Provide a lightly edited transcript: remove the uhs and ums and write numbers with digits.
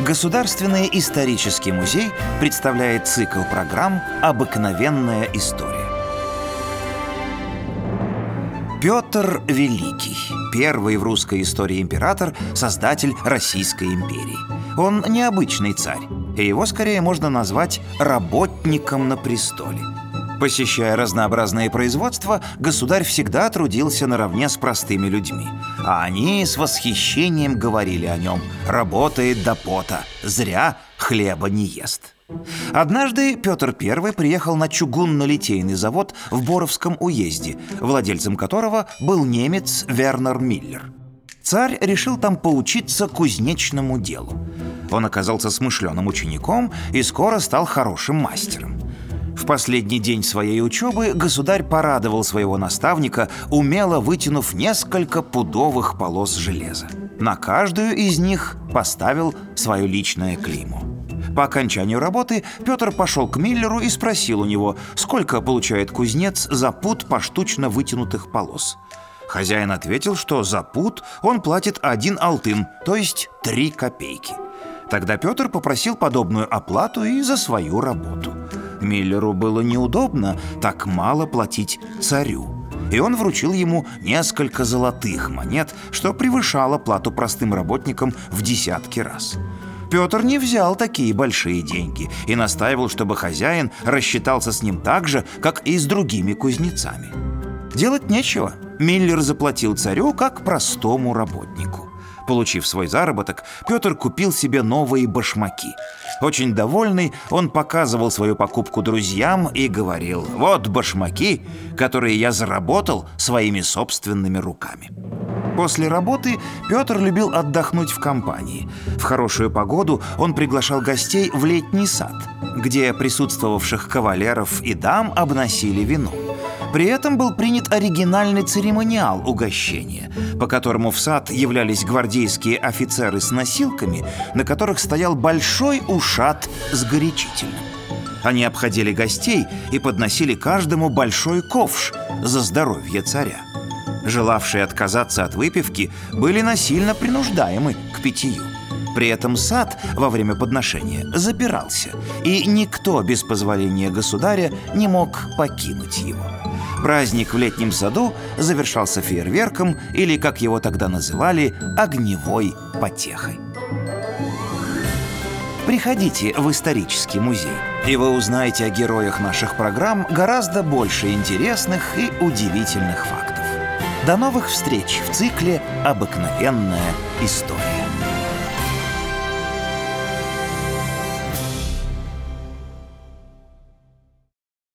Государственный исторический музей представляет цикл программ «Обыкновенная история». Петр Великий – первый в русской истории император, создатель Российской империи. Он необычный царь, и его скорее можно назвать работником на престоле. Посещая разнообразные производства, государь всегда трудился наравне с простыми людьми. А они с восхищением говорили о нем: «Работает до пота, зря хлеба не ест». Однажды Петр I приехал на чугунно-литейный завод в Боровском уезде, владельцем которого был немец Вернер Миллер. Царь решил там поучиться кузнечному делу. Он оказался смышленым учеником и скоро стал хорошим мастером. В последний день своей учебы государь порадовал своего наставника, умело вытянув несколько пудовых полос железа. На каждую из них поставил свое личное клеймо. По окончанию работы Петр пошел к Миллеру и спросил у него, сколько получает кузнец за пуд поштучно вытянутых полос. Хозяин ответил, что за пуд он платит 1 алтын, то есть 3 копейки. Тогда Петр попросил подобную оплату и за свою работу. Миллеру было неудобно так мало платить царю, и он вручил ему несколько золотых монет, что превышало плату простым работникам в десятки раз. Петр не взял такие большие деньги и настаивал, чтобы хозяин рассчитался с ним так же, как и с другими кузнецами. Делать нечего. Миллер заплатил царю как простому работнику. Получив свой заработок, Петр купил себе новые башмаки. Очень довольный, он показывал свою покупку друзьям и говорил: «Вот башмаки, которые я заработал своими собственными руками». После работы Петр любил отдохнуть в компании. В хорошую погоду он приглашал гостей в летний сад, где присутствовавших кавалеров и дам обносили вином. При этом был принят оригинальный церемониал угощения, по которому в сад являлись гвардейские офицеры с носилками, на которых стоял большой ушат с горячительным. Они обходили гостей и подносили каждому большой ковш за здоровье царя. Желавшие отказаться от выпивки были насильно принуждаемы к питью. При этом сад во время подношения запирался, и никто без позволения государя не мог покинуть его. Праздник в летнем саду завершался фейерверком, или, как его тогда называли, огневой потехой. Приходите в исторический музей, и вы узнаете о героях наших программ гораздо больше интересных и удивительных фактов. До новых встреч в цикле «Обыкновенная история».